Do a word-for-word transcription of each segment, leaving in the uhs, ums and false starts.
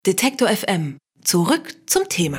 Detektor F M. Zurück zum Thema.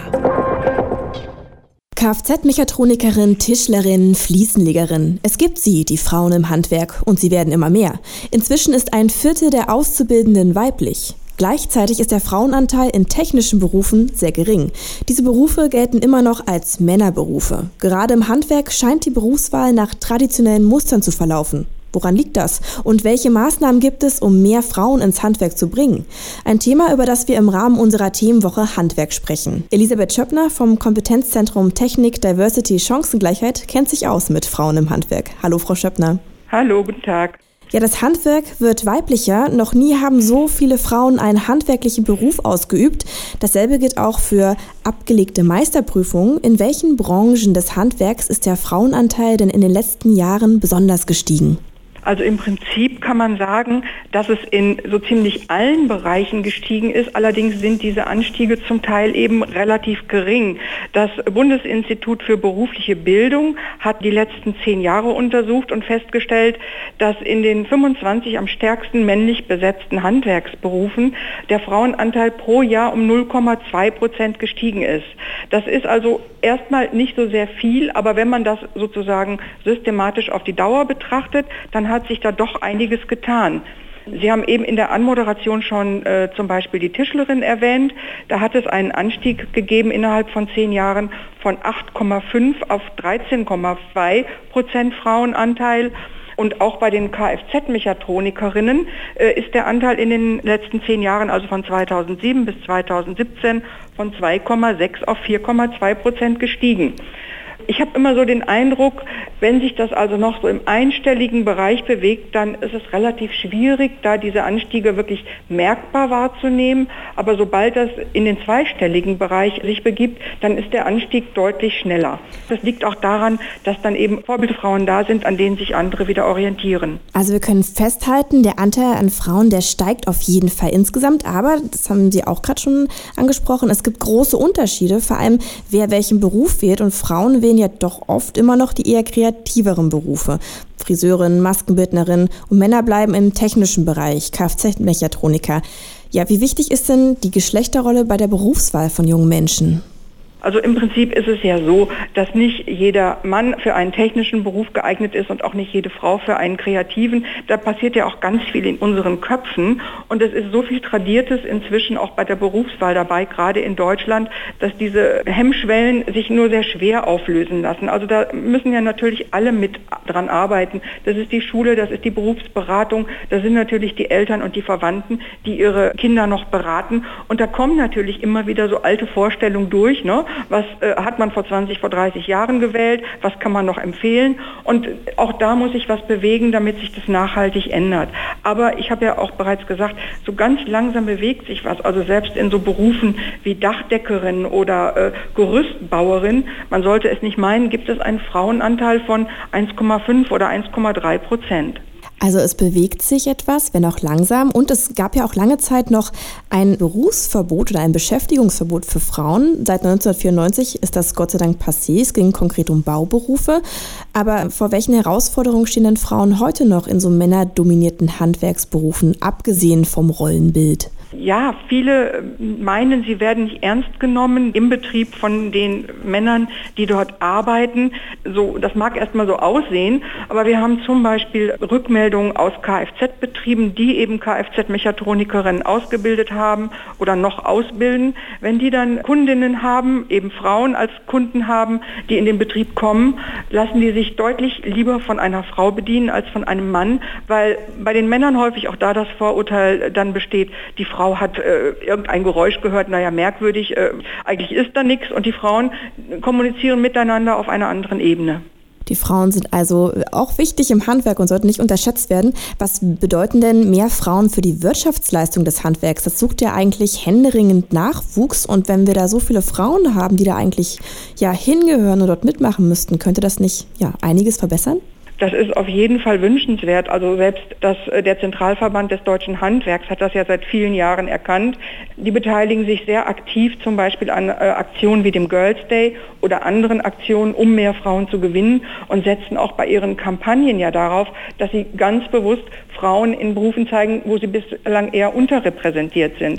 Kfz-Mechatronikerin, Tischlerin, Fliesenlegerin. Es gibt sie, die Frauen im Handwerk, und sie werden immer mehr. Inzwischen ist ein Viertel der Auszubildenden weiblich. Gleichzeitig ist der Frauenanteil in technischen Berufen sehr gering. Diese Berufe gelten immer noch als Männerberufe. Gerade im Handwerk scheint die Berufswahl nach traditionellen Mustern zu verlaufen. Woran liegt das? Und welche Maßnahmen gibt es, um mehr Frauen ins Handwerk zu bringen? Ein Thema, über das wir im Rahmen unserer Themenwoche Handwerk sprechen. Elisabeth Schöppner vom Kompetenzzentrum Technik, Diversity, Chancengleichheit kennt sich aus mit Frauen im Handwerk. Hallo, Frau Schöppner. Hallo, guten Tag. Ja, das Handwerk wird weiblicher. Noch nie haben so viele Frauen einen handwerklichen Beruf ausgeübt. Dasselbe gilt auch für abgelegte Meisterprüfungen. In welchen Branchen des Handwerks ist der Frauenanteil denn in den letzten Jahren besonders gestiegen? Also im Prinzip kann man sagen, dass es in so ziemlich allen Bereichen gestiegen ist. Allerdings sind diese Anstiege zum Teil eben relativ gering. Das Bundesinstitut für berufliche Bildung hat die letzten zehn Jahre untersucht und festgestellt, dass in den fünfundzwanzig am stärksten männlich besetzten Handwerksberufen der Frauenanteil pro Jahr um null Komma zwei Prozent gestiegen ist. Das ist also erstmal nicht so sehr viel, aber wenn man das sozusagen systematisch auf die Dauer betrachtet, dann hat sich da doch einiges getan. Sie haben eben in der Anmoderation schon äh, zum Beispiel die Tischlerin erwähnt. Da hat es einen Anstieg gegeben innerhalb von zehn Jahren von acht Komma fünf auf dreizehn Komma zwei Prozent Frauenanteil. Und auch bei den Kfz-Mechatronikerinnen äh, ist der Anteil in den letzten zehn Jahren, also von zweitausendsieben bis zweitausendsiebzehn, von zwei Komma sechs auf vier Komma zwei Prozent gestiegen. Ich habe immer so den Eindruck, wenn sich das also noch so im einstelligen Bereich bewegt, dann ist es relativ schwierig, da diese Anstiege wirklich merkbar wahrzunehmen. Aber sobald das in den zweistelligen Bereich sich begibt, dann ist der Anstieg deutlich schneller. Das liegt auch daran, dass dann eben Vorbildfrauen da sind, an denen sich andere wieder orientieren. Also wir können festhalten, der Anteil an Frauen, der steigt auf jeden Fall insgesamt. Aber, das haben Sie auch gerade schon angesprochen, es gibt große Unterschiede, vor allem wer welchen Beruf wählt. Und Frauen wählen ja doch oft immer noch die eher kreativeren Berufe. Friseurin, Maskenbildnerin, und Männer bleiben im technischen Bereich, Kfz-Mechatroniker. Ja, wie wichtig ist denn die Geschlechterrolle bei der Berufswahl von jungen Menschen? Also im Prinzip ist es ja so, dass nicht jeder Mann für einen technischen Beruf geeignet ist und auch nicht jede Frau für einen kreativen. Da passiert ja auch ganz viel in unseren Köpfen und es ist so viel Tradiertes inzwischen auch bei der Berufswahl dabei, gerade in Deutschland, dass diese Hemmschwellen sich nur sehr schwer auflösen lassen. Also da müssen ja natürlich alle mit dran arbeiten. Das ist die Schule, das ist die Berufsberatung, das sind natürlich die Eltern und die Verwandten, die ihre Kinder noch beraten. Und da kommen natürlich immer wieder so alte Vorstellungen durch, ne? Was äh, hat man vor zwanzig, vor dreißig Jahren gewählt? Was kann man noch empfehlen? Und auch da muss sich was bewegen, damit sich das nachhaltig ändert. Aber ich habe ja auch bereits gesagt, so ganz langsam bewegt sich was. Also selbst in so Berufen wie Dachdeckerin oder äh, Gerüstbauerin, man sollte es nicht meinen, gibt es einen Frauenanteil von eins Komma fünf oder eins Komma drei Prozent. Also es bewegt sich etwas, wenn auch langsam. Und es gab ja auch lange Zeit noch ein Berufsverbot oder ein Beschäftigungsverbot für Frauen. Seit neunzehnhundertvierundneunzig ist das Gott sei Dank passé. Es ging konkret um Bauberufe. Aber vor welchen Herausforderungen stehen denn Frauen heute noch in so männerdominierten Handwerksberufen, abgesehen vom Rollenbild? Ja, viele meinen, sie werden nicht ernst genommen im Betrieb von den Männern, die dort arbeiten. So, das mag erstmal so aussehen, aber wir haben zum Beispiel Rückmeldungen aus Kfz-Betrieben, die eben Kfz-Mechatronikerinnen ausgebildet haben oder noch ausbilden. Wenn die dann Kundinnen haben, eben Frauen als Kunden haben, die in den Betrieb kommen, lassen die sich deutlich lieber von einer Frau bedienen als von einem Mann, weil bei den Männern häufig auch da das Vorurteil dann besteht, die Frau hat äh, irgendein Geräusch gehört, naja, merkwürdig, äh, eigentlich ist da nichts und die Frauen kommunizieren miteinander auf einer anderen Ebene. Die Frauen sind also auch wichtig im Handwerk und sollten nicht unterschätzt werden. Was bedeuten denn mehr Frauen für die Wirtschaftsleistung des Handwerks? Das sucht ja eigentlich händeringend Nachwuchs und wenn wir da so viele Frauen haben, die da eigentlich ja hingehören und dort mitmachen müssten, könnte das nicht ja einiges verbessern? Das ist auf jeden Fall wünschenswert. Also selbst das, der Zentralverband des deutschen Handwerks hat das ja seit vielen Jahren erkannt. Die beteiligen sich sehr aktiv zum Beispiel an äh, Aktionen wie dem Girls Day oder anderen Aktionen, um mehr Frauen zu gewinnen und setzen auch bei ihren Kampagnen ja darauf, dass sie ganz bewusst Frauen in Berufen zeigen, wo sie bislang eher unterrepräsentiert sind.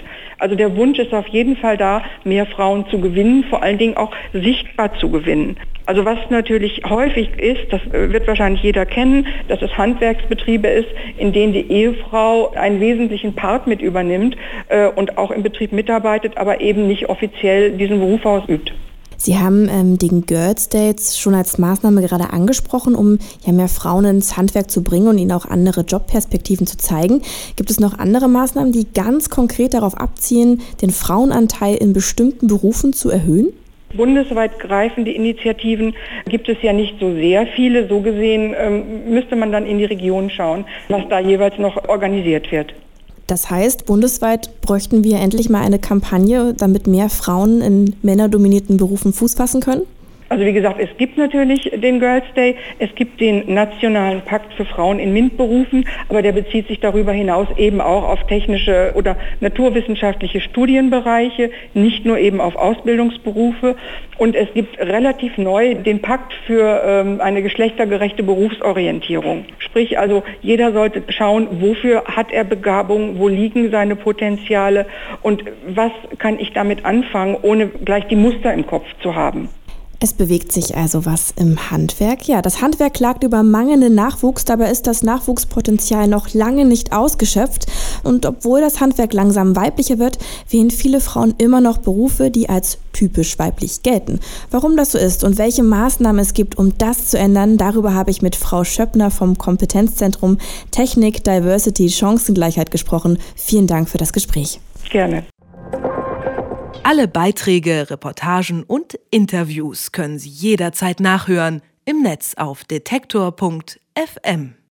Also der Wunsch ist auf jeden Fall da, mehr Frauen zu gewinnen, vor allen Dingen auch sichtbar zu gewinnen. Also was natürlich häufig ist, das wird wahrscheinlich jeder kennen, dass es Handwerksbetriebe ist, in denen die Ehefrau einen wesentlichen Part mit übernimmt äh, und auch im Betrieb mitarbeitet, aber eben nicht offiziell diesen Beruf ausübt. Sie haben ähm, den Girls Day schon als Maßnahme gerade angesprochen, um ja mehr Frauen ins Handwerk zu bringen und ihnen auch andere Jobperspektiven zu zeigen. Gibt es noch andere Maßnahmen, die ganz konkret darauf abzielen, den Frauenanteil in bestimmten Berufen zu erhöhen? Bundesweit greifende Initiativen gibt es ja nicht so sehr viele. So gesehen ähm, müsste man dann in die Region schauen, was da jeweils noch organisiert wird. Das heißt, bundesweit bräuchten wir endlich mal eine Kampagne, damit mehr Frauen in männerdominierten Berufen Fuß fassen können? Also wie gesagt, es gibt natürlich den Girls Day, es gibt den Nationalen Pakt für Frauen in MINT-Berufen, aber der bezieht sich darüber hinaus eben auch auf technische oder naturwissenschaftliche Studienbereiche, nicht nur eben auf Ausbildungsberufe. Und es gibt relativ neu den Pakt für ähm, eine geschlechtergerechte Berufsorientierung. Sprich also, jeder sollte schauen, wofür hat er Begabung, wo liegen seine Potenziale und was kann ich damit anfangen, ohne gleich die Muster im Kopf zu haben. Es bewegt sich also was im Handwerk. Ja, das Handwerk klagt über mangelnden Nachwuchs, dabei ist das Nachwuchspotenzial noch lange nicht ausgeschöpft. Und obwohl das Handwerk langsam weiblicher wird, wählen viele Frauen immer noch Berufe, die als typisch weiblich gelten. Warum das so ist und welche Maßnahmen es gibt, um das zu ändern, darüber habe ich mit Frau Schöppner vom Kompetenzzentrum Technik, Diversity, Chancengleichheit gesprochen. Vielen Dank für das Gespräch. Gerne. Alle Beiträge, Reportagen und Interviews können Sie jederzeit nachhören im Netz auf detektor punkt f m.